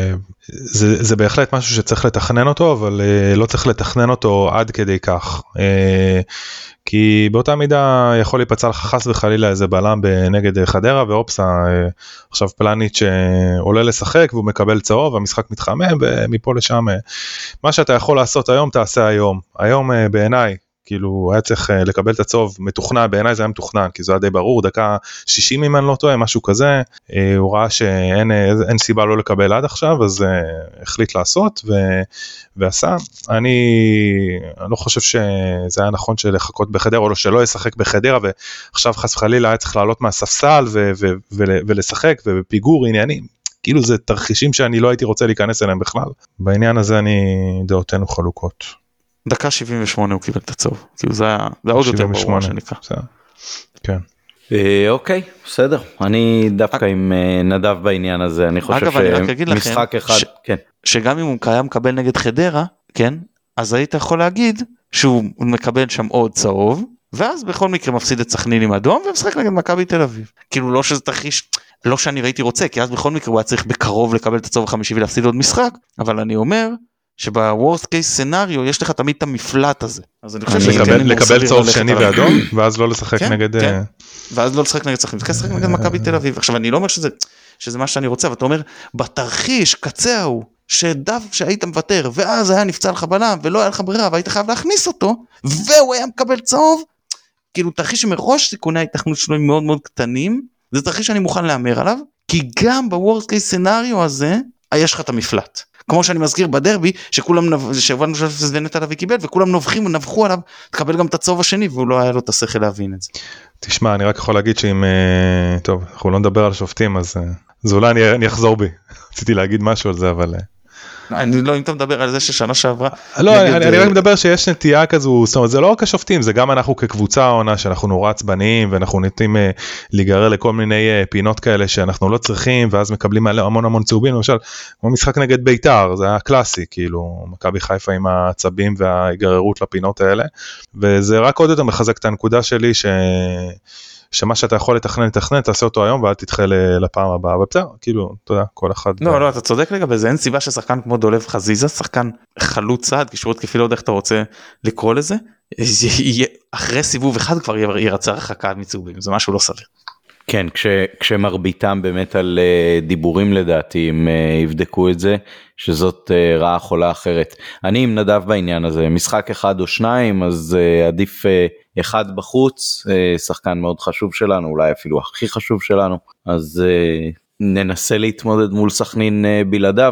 שזה בהחלט משהו שצריך לתכנן אותו, אבל לא צריך לתכנן אותו עד כדי כך. כי באותה מידה יכול להיפצע לך חס וחלילה איזה בלם נגד חדרה, ואופסה, עכשיו פלניץ' עולה לשחק והוא מקבל צהוב, המשחק מתחמם ומפה לשם, מה שאתה יכול לעשות היום תעשה היום. היום בעיניי, כאילו היה צריך לקבל את הצהוב מתוכנן, בעיניי זה היה מתוכנן, כי זה היה די ברור, דקה 60 אם אני לא טועה, משהו כזה, הוא ראה שאין סיבה לא לקבל עד עכשיו, אז החליט לעשות ועשה. אני לא חושב שזה היה נכון לחכות בחדרה, או שלא ישחק בחדרה, ועכשיו חס וחלילה היה צריך לעלות מהספסל ולשחק, ובפיגור עניינים, כאילו זה תרחישים שאני לא הייתי רוצה להיכנס אליהם בכלל. בעניין הזה דעותינו חלוקות. דקה 78 הוא קיבל את הצהוב, כאילו זה היה עוד יותר ברור שנקרא. כן. אוקיי, בסדר. אני דווקא עם נדב בעניין הזה, אני חושב שמשחק אחד, כן. שגם אם הוא קיים מקבל נגד חדרה, כן, אז היית יכול להגיד שהוא מקבל שם עוד צהוב, ואז בכל מקרה מפסיד את סכנין עם אדום, ומשחק נגד מכבי תל אביב. כאילו לא שזה תרחיש, לא שאני ראיתי רוצה, כי אז בכל מקרה הוא היה צריך בקרוב לקבל את הצהוב החמישי ולהפסיד עוד משחק, אבל אני אומר שבוורסט קייס סנריו יש לך תמיד את המפלט הזה. אז אני חושב לקבל צהוב שני ואדום, ואז לא לשחק נגד... ואז לא לשחק נגד סכנין, לשחק נגד מכבי תל אביב. עכשיו אני לא אומר שזה מה שאני רוצה, ואתה אומר, בתרחיש קצה הוא, שהיית מוותר, ואז היה נפצע לך בלם, ולא היה לך ברירה, והיית חייב להכניס אותו, והוא היה מקבל צהוב, כאילו תרחיש שמראש סיכוני ההתכנות שלו הם מאוד מאוד קטנים, זה תרחיש שאני מוכן לאמר עליו, כי גם בוורסט קייס סנריו הזה, יש לך את המפלט. כמו שאני מזכיר בדרבי, שהבנו שסבן תל אביב קיבל, וכולם נבחו עליו, תקבל גם את הצהוב השני, והוא לא היה לו את השכל להבין את זה. תשמע, אני רק יכול להגיד שאם, טוב, אנחנו לא נדבר על שופטים, אז אולי אני אחזור בי. רציתי להגיד משהו על זה, אבל... אני לא, אם אתה מדבר על זה ששנה שעברה... לא, אני רק מדבר שיש נטייה כזו, זאת אומרת, זה לא רק השופטים, זה גם אנחנו כקבוצה העונה, שאנחנו נורא עצבניים, ואנחנו נוטים להיגרר לכל מיני פינות כאלה, שאנחנו לא צריכים, ואז מקבלים המון צהובים, למשל, כמו משחק נגד בית"ר, זה היה קלאסי, כאילו, מכבי חיפה עם העצבים וההיגררות לפינות האלה, וזה רק עוד יותר מחזק את הנקודה שלי, שמה שאתה יכול לתכנן, תעשה אותו היום, ואל תדחה לפעם הבאה, ובסדר, כאילו, אתה יודע, כל אחד... לא, אתה צודק לגבי זה, אין סיבה ששחקן כמו דולב חזיזה, שחקן חלוץ צעד, קישרות כפי לא יודע איך אתה רוצה לקרוא לזה, אחרי סיבוב אחד כבר ירצה הרחקה מצהובים, זה משהו לא סביר. כן, כשמרביתם באמת על דיבורים לדעתי, אם יבדקו את זה, שזאת רעה חולה אחרת. אני עם נדב בעניין הזה, משחק אחד או שניים, אז עדיף אחד בחוץ, שחקן מאוד חשוב שלנו, אולי אפילו הכי חשוב שלנו, אז ננסה להתמודד מול סכנין בלעדיו,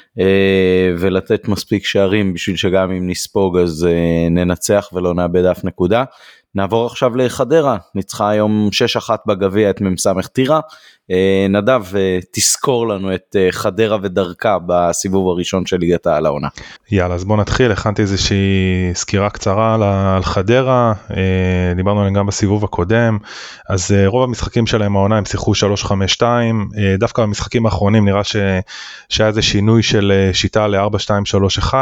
ולתת מספיק שערים, בשביל שגם אם נספוג אז ננצח ולא נאבד אף נקודה. נעבור עכשיו לחדרה, ניצחה היום 6-1 בגביע את ממסמך טירה. נדב, תזכור לנו את חדרה ודרכה בסיבוב הראשון של ליגת העל העונה. יאללה, אז בוא נתחיל, הכנתי איזושהי סקירה קצרה על חדרה, דיברנו עליהם גם בסיבוב הקודם, אז רוב המשחקים שלהם העונה הם שיחקו 3-5-2, דווקא במשחקים האחרונים נראה שהיה איזה שינוי של שיטה ל-4-2-3-1,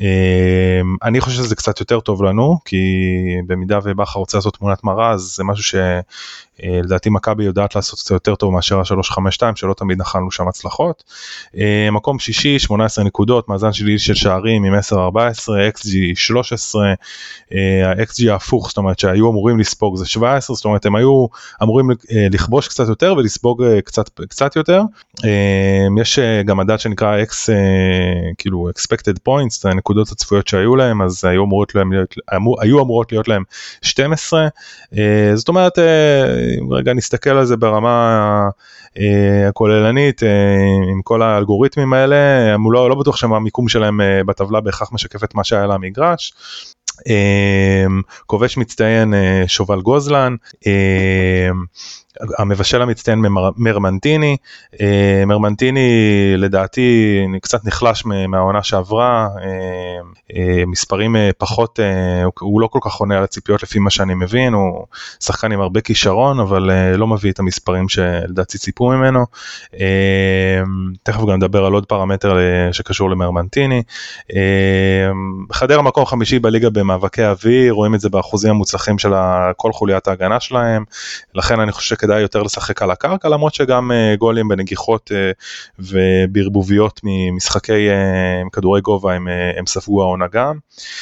אני חושב שזה קצת יותר טוב לנו, כי במידה ובכר רוצה לעשות תמונת מראה, אז זה משהו לדעתי מכבי יודעת לעשות את זה יותר טוב מאשר ה-3-5-2, שלא תמיד נחלנו שם הצלחות. מקום שישי, 18 נקודות, מאזן שלילי של שערים עם 10-14, XG 13, ה-XG ההפוך, זאת אומרת שהיו אמורים לספוג זה 17, זאת אומרת הם היו אמורים לכבוש קצת יותר ולספוג קצת יותר. יש גם מדד שנקרא כאילו expected points, הנקודות הצפויות שהיו להם, אז היו אמורות להיות להם 12, זאת אומרת, רגע נסתכל על זה ברמה הכוללנית, עם כל האלגוריתמים האלה, הם לא בטוח שהמיקום שלהם בטבלה בהכרח משקף את מה שהיה לה מגרש. כובש מצטיין שובל גוזלן, המבשל המצטיין מרמנטיני, מרמנטיני לדעתי קצת נחלש מהעונה שעברה, מספרים פחות, הוא לא כל כך עונה על הציפיות לפי מה שאני מבין, הוא שחקן עם הרבה כישרון, אבל לא מביא את המספרים שלדעתי ציפו ממנו. תכף גם נדבר על עוד פרמטר שקשור למרמנטיני. חדרה מקום חמישי בליגה במאבקי אוויר, רואים את זה באחוזים המוצלחים של כל חוליית ההגנה שלהם, לכן אני חושב שכדאי יותר לשחק על הקרקע, למרות שגם גולים בנגיחות וברבוביות ממשחקי כדורי גובה הם ספגו העונה גם.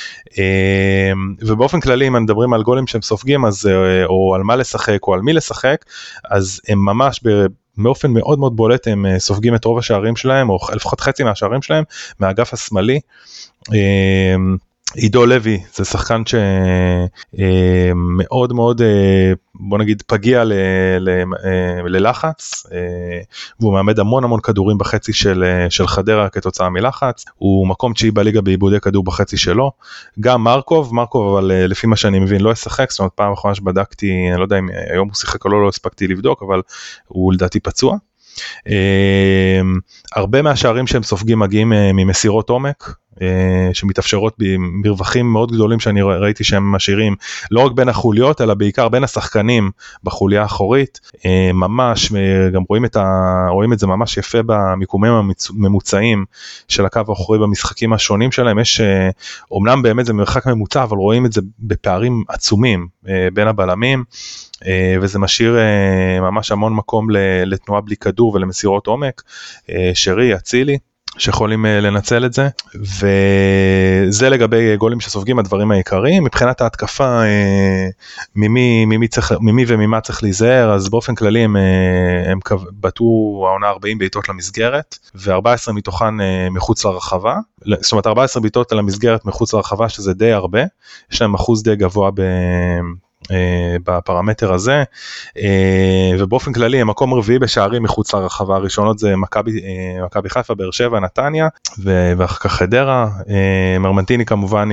ובאופן כללי אם מדברים על גולים שהם סופגים, אז או על מה לשחק או על מי לשחק, אז הם ממש באופן מאוד מאוד בולט הם סופגים את רוב השערים שלהם, או לפחות חצי מהשערים שלהם, מהאגף השמאלי. עידו לוי זה שחקן שמאוד מאוד בוא נגיד פגיע ללחץ, והוא מעמד המון כדורים בחצי של חדרה כתוצאה מלחץ, הוא מקום 9 בליגה בעיבודי כדור בחצי שלו, גם מרקוב אבל לפי מה שאני מבין לא ישחק, זאת אומרת פעם אחרונה שבדקתי, אני לא יודע אם היום הוא שיחק או לא הספקתי לבדוק, אבל הוא לדעתי פצוע. הרבה מהשערים שהם סופגים מגיעים ממסירות עומק, שמתאפשרות במרווחים מאוד גדולים שאני ראיתי שהם משאירים, לא רק בין החוליות, אלא בעיקר בין השחקנים בחוליה האחורית, ממש, גם רואים את זה ממש יפה במיקומים הממוצעים של הקו האחורי במשחקים השונים שלהם, יש, אומנם באמת זה מרחק ממוצע, אבל רואים את זה בפערים עצומים בין הבלמים, וזה משאיר ממש המון מקום לתנועה בלי כדור ולמסירות עומק, שרי, אצילי, שיכולים לנצל את זה, וזה לגבי גולים שסופגים הדברים העיקריים. מבחינת ההתקפה, ממי וממה צריך להיזהר, אז באופן כללי הם בטאו העונה 40 בעיטות למסגרת, ו14 מתוכן מחוץ לרחבה, זאת אומרת 14 בעיטות למסגרת מחוץ לרחבה, שזה די הרבה, יש להם אחוז די גבוה בפרמטר הזה, ובאופן כללי המקום רביעי בשערים מחוץ לרחבה, הראשונות זה מכבי חיפה, באר שבע, נתניה, ואחר כך חדרה. מרמנטיני כמובן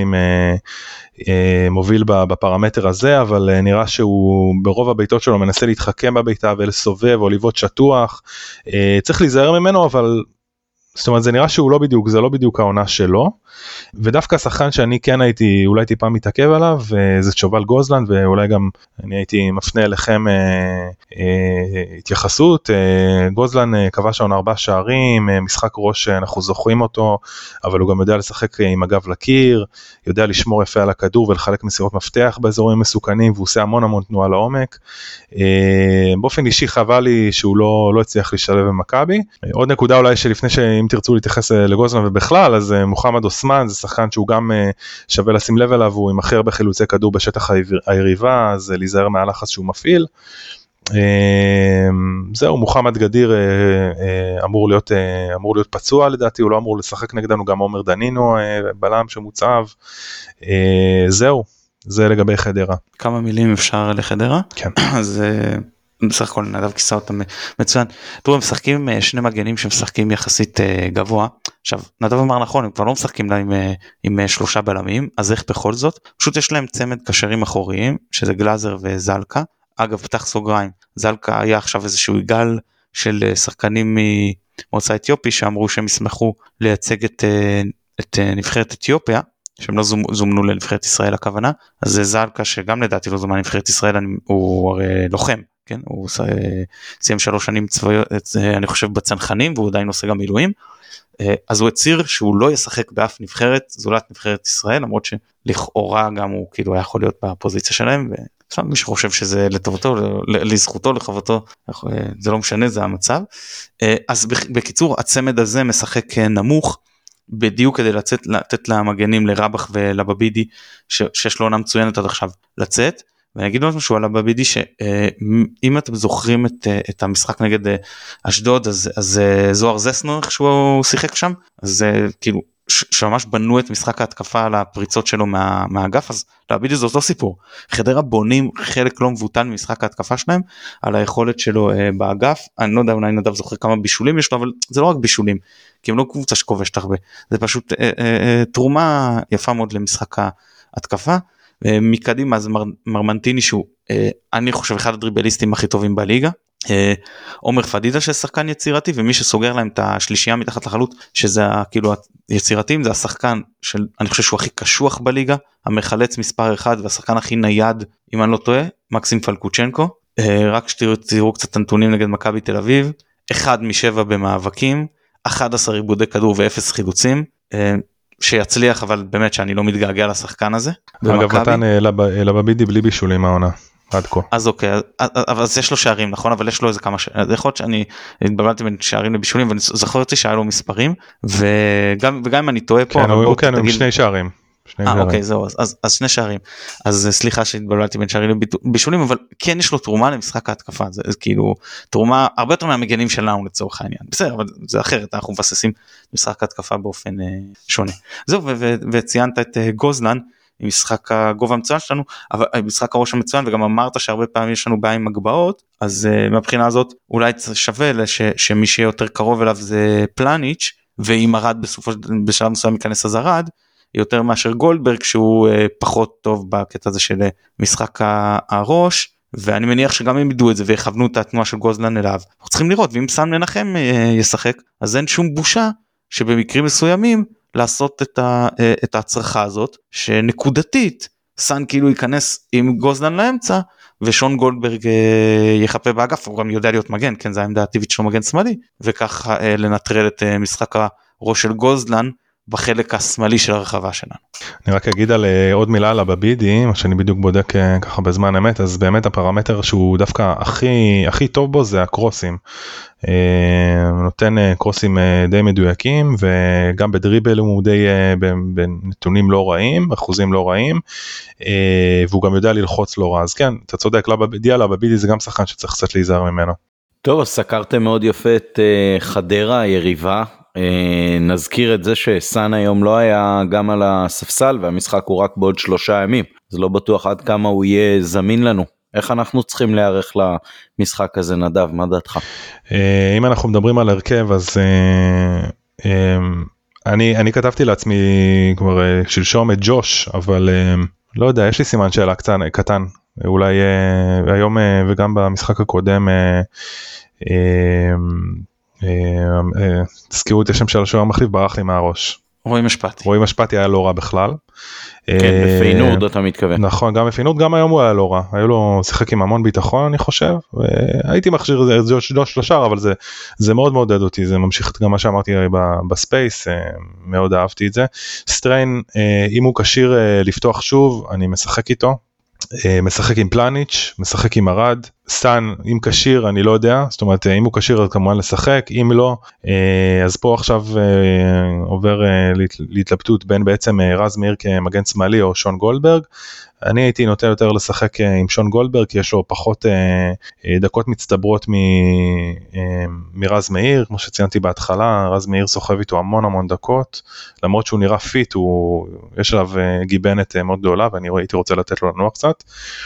מוביל בפרמטר הזה, אבל נראה שהוא ברוב הבעיטות שלו מנסה להתחכם בביתה ולסובב או לבעוט שטוח, צריך להיזהר ממנו, אבל זאת אומרת, זה נראה שהוא לא בדיוק, זה לא בדיוק העונה שלו, ודווקא השחקן שאני כן הייתי, אולי טיפה מתעכב עליו, זה שובל גוזלן, ואולי גם אני הייתי מפנה אליכם התייחסות. גוזלן כבש העונה 4 שערים, משחק ראש אנחנו זוכרים אותו, אבל הוא גם יודע לשחק עם הגב לקיר, יודע לשמור יפה על הכדור ולחלק מסירות מפתח באזורים מסוכנים, והוא עושה המון תנועה לעומק. באופן אישי חבל לי שהוא לא הצליח להשתלב במכבי. עוד נקודה אולי שלפני שאם תרצו להתייחס לגוזלן ובכלל, אז מוחמד אוסמן זה שחקן שהוא גם שווה לשים לב אליו, הוא עם הכי הרבה חילוצי כדור בשטח היריבה, אז להיזהר מהלחץ שהוא מפעיל. זהו, מוחמד גדיר אמור להיות פצוע לדעתי, הוא לא אמור לשחק נגדנו, גם עומר דנינו בלם שמוצב. זהו, זה לגבי חדרה. כמה מילים אפשר לחדרה? כן. אז בסך הכל נדב כיסה אותם מצוין. תראו, הם משחקים שני מגנים שמשחקים יחסית גבוה. עכשיו, נדב אמר נכון, הם כבר לא משחקים לה עם 3 בלמים, אז איך בכל זאת? פשוט יש להם צמד קשרים אחוריים, שזה גלאזר וזלקה. אגב, פתח סוגריים, זלקה היה עכשיו איזשהו גל של שחקנים ממוצא אתיופי, שאמרו שהם ישמחו לייצג את נבחרת אתיופיה, שהם לא זומנו לנבחרת ישראל הכוונה, אז זה זלקה שגם לדעתי לא זומן לנבחרת ישראל, הוא הרי לוחם, כן? הוא סיים 3 שנים צבאיות, אני חושב בצנחנים, והוא עדיין עושה גם מילואים, אז הוא הצהיר שהוא לא ישחק באף נבחרת, זולת נבחרת ישראל, למרות שלכאורה גם הוא כאילו היה יכול להיות בפוזיציה שלהם, מי שחושב שזה לטובתו, לזכותו, לחובתו, זה לא משנה, זה המצב. אז בקיצור, הצמד הזה משחק נמוך, בדיוק כדי לתת למגנים לרבח ולבבידי, שיש לו עונה מצוינת עד עכשיו, לצאת, ואני אגיד עוד משהו על הבבידי, שאם אתם זוכרים את המשחק נגד אשדוד, אז זוהר זסנו, איך שהוא שיחק שם, אז כאילו, שממש בנו את משחק ההתקפה על הפריצות שלו מהאגף, אז להבידי זה אותו סיפור. חדרה בונים חלק לא מבוטן ממשחק ההתקפה שלהם, על היכולת שלו באגף, אני לא יודע, אולי נדב זוכר כמה בישולים יש לו, אבל זה לא רק בישולים, כי הם לא קבוצה שכובשת הרבה, זה פשוט תרומה יפה מאוד למשחק ההתקפה, מקדימה אז מרמנטיני שהוא אני חושב אחד הדריבליסטים הכי טובים בליגה, עומר פדידה ששחקן יצירתי, ומי שסוגר להם את השלישייה מתחת לחלוט, שזה כאילו היצירתיים, זה השחקן של, אני חושב שהוא הכי קשוח בליגה, המחלץ מספר 1 והשחקן הכי נייד, אם אני לא טועה, מקסים פלקוצ'נקו. רק שתראו קצת הנתונים נגד מכבי תל אביב, 1 מ7 במאבקים, 11 עיבודי כדור ו0 חילוצים, שיצליח, אבל באמת שאני לא מתגעגע לשחקן הזה. אגב נתן אלא בבידי בלי בישולים העונה. עד כה. אז אוקיי, אבל יש לו שערים, נכון? אבל יש לו איזה כמה שערים, יכול להיות שאני התבלבלתי בין שערים לבישולים, ואני זכרתי שהיה לו מספרים, וגם אם אני טועה פה... כן, הוא שני שערים. אוקיי, זהו, אז שני שערים. אז סליחה שהתבלבלתי בין שערים לבישולים, אבל כן יש לו תרומה למשחק ההתקפה, זה כאילו תרומה הרבה יותר מהמגנים שלנו לצורך העניין. בסדר, אבל זה אחרת, אנחנו מבססים משחק ההתקפה באופן שונה. זהו, וציינת את גוזלן, עם משחק הגובה המצוין שלנו, אבל משחק הראש המצוין, וגם אמרת שהרבה פעמים יש לנו בעיה עם הגבעות, אז מהבחינה הזאת אולי שווה שמי שיהיה יותר קרוב אליו זה פלניץ', ואם ארד בשלב מסוים ייכנס אז ארד, יותר מאשר גולדברג שהוא פחות טוב בקטע הזה של משחק הראש, ואני מניח שגם הם ידעו את זה ויכוונו את התנועה של גוזלן אליו. אנחנו צריכים לראות, ואם סן מנחם ישחק, אז אין שום בושה שבמקרים מסוימים לעשות את ההצרחה הזאת, שנקודתית סן כאילו ייכנס עם גוזלן לאמצע, ושון גולדברג יחפה באגף, הוא גם יודע להיות מגן, כן, זה העמדה הטבעית שלו מגן שמאלי, וכך לנטרל את משחק הראש של גוזלן, בחלק השמאלי של הרחבה שלנו. אני רק אגיד על עוד מילה על הבבידי, מה שאני בדיוק בודק ככה בזמן אמת, אז באמת הפרמטר שהוא דווקא הכי טוב בו זה הקרוסים. נותן קרוסים די מדויקים, וגם בדריבל הוא די בנתונים לא רעים, אחוזים לא רעים, והוא גם יודע ללחוץ לא רע. אז כן, אתה צודק, דיאלה בבידי זה גם שחקן שצריך קצת להיזהר ממנו. טוב, אז סקרתם מאוד יפה את חדרה, היריבה. נזכיר את זה שסן היום לא היה גם על הספסל, והמשחק הוא רק בעוד 3 ימים, אז לא בטוח עד כמה הוא יהיה זמין לנו. איך אנחנו צריכים להיערך למשחק הזה, נדב, מה דעתך? אם אנחנו מדברים על הרכב, אז אני כתבתי לעצמי כבר שלשום את ג'וש, אבל לא יודע, יש לי סימן שאלה קטן, אולי היום וגם במשחק הקודם, תזכירו את השם של השוער המחליף, ברח לי מהראש. רועי משפטי. רועי משפטי היה לא רע בכלל. כן, בפיינורד אתה מתכוון. נכון, גם בפיינורד, גם היום הוא היה לא רע. היו לו שיחק עם המון ביטחון, אני חושב. הייתי מחשיר את ג'וש לשער, אבל זה מאוד מעודד אותי. זה ממשיך גם מה שאמרתי בספייס, מאוד אהבתי את זה. סטריין, אם הוא כשיר לפתוח שוב, אני משחק איתו. משחק עם פלניץ', משחק עם ארד, סטן, אם כשיר, אני לא יודע, זאת אומרת, אם הוא כשיר, אז כמובן לשחק, אם לא, אז פה עכשיו עובר להתלבטות בין בעצם רז מאיר כמגן שמאלי או שון גולדברג. אני הייתי נוטה יותר לשחק עם שון גולדברג, כי יש לו פחות דקות מצטברות מרז מאיר, כמו שציינתי בהתחלה, רז מאיר סוחב איתו המון דקות, למרות שהוא נראה פיט, יש עליו גיבנת מאוד גדולה, ואני הייתי רוצה לתת לו לנוח קצת.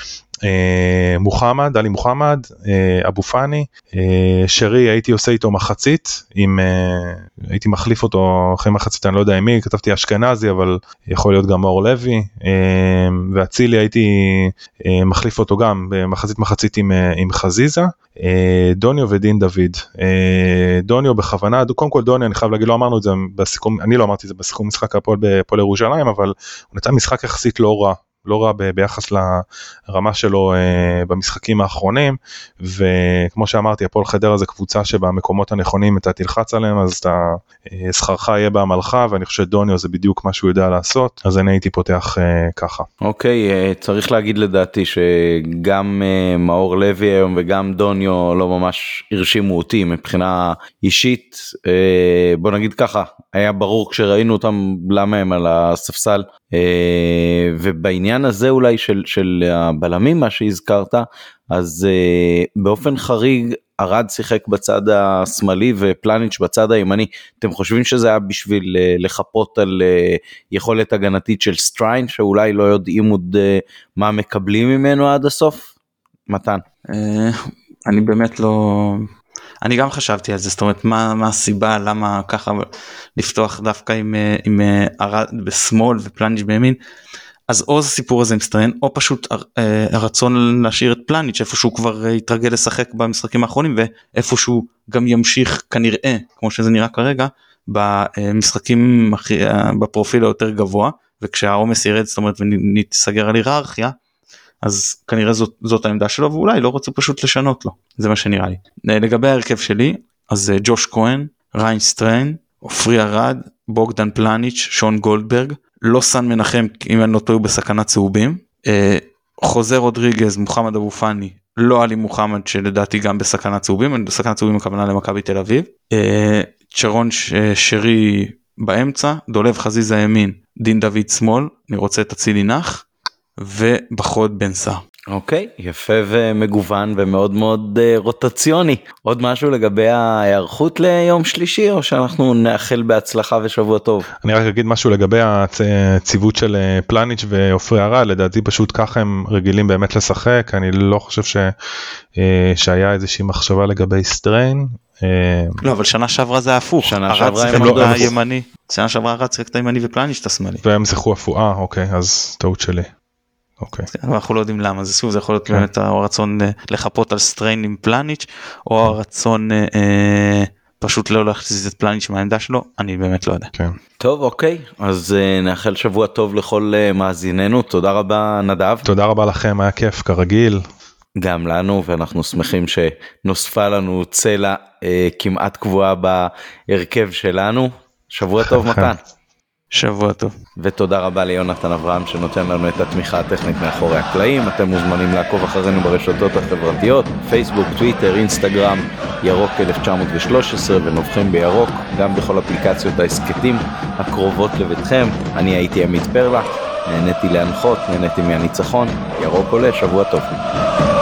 מוחמד, דלי מוחמד, אבו פני, שרי הייתי עושה איתו מחצית, הייתי מחליף אותו אחרי מחצית, אני לא יודע עם מי, כתבתי אשכנזי, אבל יכול להיות גם מאור לוי, והצילי הייתי מחליף אותו גם במחצית עם חזיזה, דוניו ודין דוד. דוניו בכוונה, קודם כל דוניו, אני חייב להגיד, לא אמרנו את זה בסיכום, אני לא אמרתי את זה בסיכום משחק הפועל ירושלים, אבל הוא נתן משחק יחסית לא רע ביחס לרמה שלו במשחקים האחרונים, וכמו שאמרתי, הפועל חדרה זה קבוצה שבמקומות הנכונים אתה תלחץ עליהם, אז שכרך יהיה בעמלך, ואני חושב שדוניו זה בדיוק מה שהוא יודע לעשות, אז אני הייתי פותח ככה. אוקיי, צריך להגיד לדעתי שגם מאור לוי היום וגם דוניו לא ממש הרשימו אותי מבחינה אישית, בוא נגיד ככה, היה ברור כשראינו אותם למה הם על הספסל, ובעניין הזה אולי של הבלמים מה שהזכרת, אז באופן חריג ארד שיחק בצד השמאלי ופלניץ' בצד הימני. אתם חושבים שזה היה בשביל לחפות על יכולת הגנתית של סטריין, שאולי לא יודעים עוד מה מקבלים ממנו עד הסוף? מתן? אני באמת לא... אני גם חשבתי על זה, זאת אומרת, מה הסיבה, למה ככה לפתוח דווקא עם ארד בשמאל ופלניץ' בימין? אז או הסיפור הזה עם סטריין, או פשוט הרצון להשאיר את פלניץ' איפה שהוא כבר התרגל לשחק במשחקים האחרונים, ואיפה שהוא גם ימשיך כנראה, כמו שזה נראה כרגע, במשחקים בפרופיל היותר גבוה, וכשהעומס ירד, זאת אומרת, ונתסגר על היררכיה, אז כנראה זאת העמדה שלו, ואולי לא רוצה פשוט לשנות לו, זה מה שנראה לי. לגבי ההרכב שלי, אז ג'וש כהן, ריין סטריין, עופרי ארד, בוגדן פלניץ', שון גולדברג, לא סן מנחם, אם אני לא טועה בסכנת צהובים, חוזה רודריגז, מוחמד אבו פאני, לא עלי מוחמד שלדעתי גם בסכנת צהובים, בסכנת צהובים הכוונה למכבי תל אביב, צ'רון שרי באמצע, דולב חזיזה ימין, דין דוד שמאל, אני רוצה את הצילי נח, ובחוד בן סער. אוקיי, יפה ומגוון ומאוד מאוד רוטציוני. עוד משהו לגבי ההיערכות ליום שלישי, או שאנחנו נאחל בהצלחה ושבוע טוב? אני רק אגיד משהו לגבי הציוות של פלניץ' ועופרי ארד, לדעתי פשוט ככה הם רגילים באמת לשחק, אני לא חושב שהיה איזושהי מחשבה לגבי סטריין. לא, אבל שנה שעברה זה הפוך. שנה שעברה הם לא הימני. שנה שעברה ארד שיחק את הימני ופלניץ' את השמאלי. והם שיחקו הפועה, אוקיי, אז טעות שלי. אוקיי. אנחנו לא יודעים למה, זה שוב, זה יכול להיות באמת הרצון לחפות על סטריין עם פלניץ', או הרצון פשוט לא להכניס את פלניץ' מהעמדה שלו, אני באמת לא יודע. טוב, אוקיי, אז נאחל שבוע טוב לכל מאזיננו, תודה רבה נדב. תודה רבה לכם, היה כיף כרגיל. גם לנו, ואנחנו שמחים שנוספה לנו צלע כמעט קבועה בהרכב שלנו. שבוע טוב מתן. שבוע טוב. ותודה רבה ליונתן אברהם שנותן לנו את התמיכה הטכנית מאחורי הקלעים. אתם מוזמנים לעקוב אחרינו ברשתות החברתיות, פייסבוק, טוויטר, אינסטגרם, ירוק 1913 ונובחים בירוק, גם בכל אפליקציות העסקתים הקרובות לביתכם. אני הייתי עמית פרלה, נהניתי להנחות, נהניתי מהניצחון. ירוק עולה, שבוע טוב.